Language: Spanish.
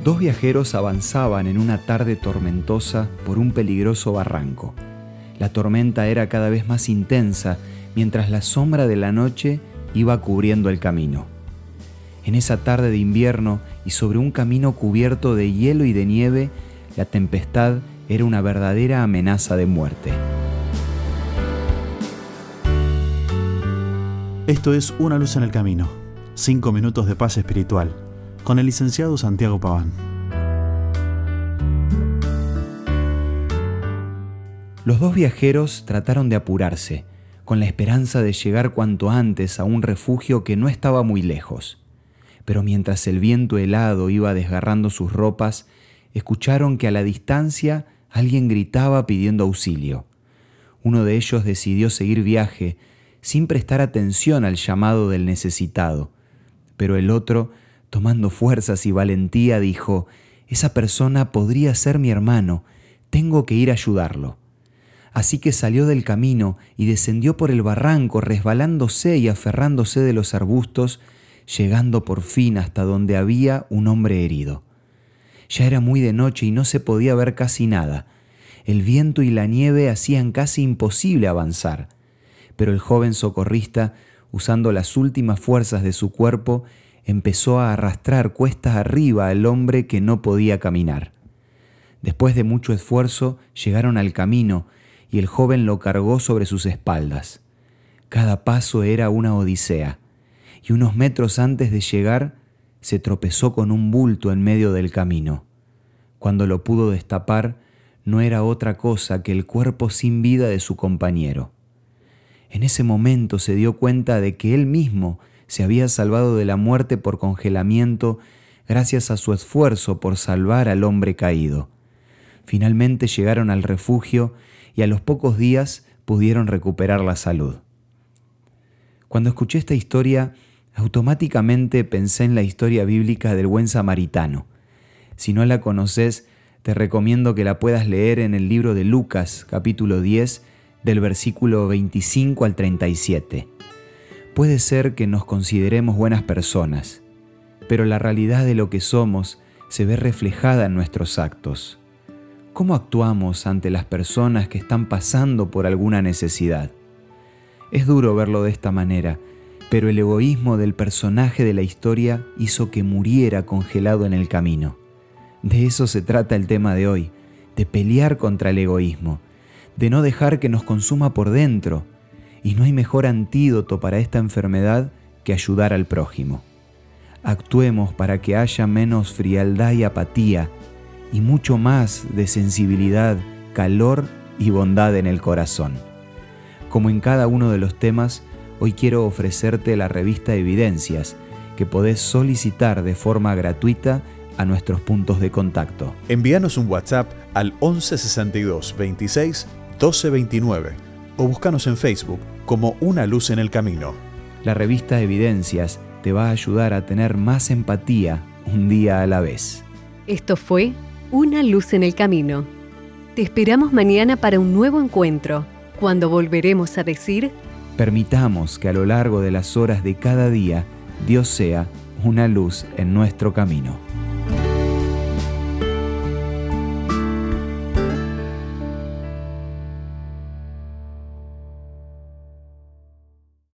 Dos viajeros avanzaban en una tarde tormentosa por un peligroso barranco. La tormenta era cada vez más intensa mientras la sombra de la noche iba cubriendo el camino. En esa tarde de invierno y sobre un camino cubierto de hielo y de nieve, la tempestad era una verdadera amenaza de muerte. Esto es Una luz en el camino, 5 minutos de paz espiritual, con el licenciado Santiago Paván. Los dos viajeros trataron de apurarse, con la esperanza de llegar cuanto antes a un refugio que no estaba muy lejos. Pero mientras el viento helado iba desgarrando sus ropas, escucharon que a la distancia alguien gritaba pidiendo auxilio. Uno de ellos decidió seguir viaje, sin prestar atención al llamado del necesitado. Pero el otro, tomando fuerzas y valentía, dijo: «Esa persona podría ser mi hermano, tengo que ir a ayudarlo». Así que salió del camino y descendió por el barranco, resbalándose y aferrándose de los arbustos, llegando por fin hasta donde había un hombre herido. Ya era muy de noche y no se podía ver casi nada. El viento y la nieve hacían casi imposible avanzar. Pero el joven socorrista, usando las últimas fuerzas de su cuerpo, empezó a arrastrar cuestas arriba al hombre que no podía caminar. Después de mucho esfuerzo, llegaron al camino y el joven lo cargó sobre sus espaldas. Cada paso era una odisea, y unos metros antes de llegar, se tropezó con un bulto en medio del camino. Cuando lo pudo destapar, no era otra cosa que el cuerpo sin vida de su compañero. En ese momento se dio cuenta de que él mismo se había salvado de la muerte por congelamiento gracias a su esfuerzo por salvar al hombre caído. Finalmente llegaron al refugio y a los pocos días pudieron recuperar la salud. Cuando escuché esta historia, automáticamente pensé en la historia bíblica del buen samaritano. Si no la conoces, te recomiendo que la puedas leer en el libro de Lucas, capítulo 10, del versículo 25 al 37. Puede ser que nos consideremos buenas personas, pero la realidad de lo que somos se ve reflejada en nuestros actos. ¿Cómo actuamos ante las personas que están pasando por alguna necesidad? Es duro verlo de esta manera, pero el egoísmo del personaje de la historia hizo que muriera congelado en el camino. De eso se trata el tema de hoy, de pelear contra el egoísmo, de no dejar que nos consuma por dentro, y no hay mejor antídoto para esta enfermedad que ayudar al prójimo. Actuemos para que haya menos frialdad y apatía, y mucho más de sensibilidad, calor y bondad en el corazón. Como en cada uno de los temas, hoy quiero ofrecerte la revista Evidencias, que podés solicitar de forma gratuita a nuestros puntos de contacto. Envíanos un WhatsApp al 11 62 26 12 29 o búscanos en Facebook como Una Luz en el Camino. La revista Evidencias te va a ayudar a tener más empatía un día a la vez. Esto fue Una Luz en el Camino. Te esperamos mañana para un nuevo encuentro, cuando volveremos a decir: permitamos que a lo largo de las horas de cada día, Dios sea una luz en nuestro camino.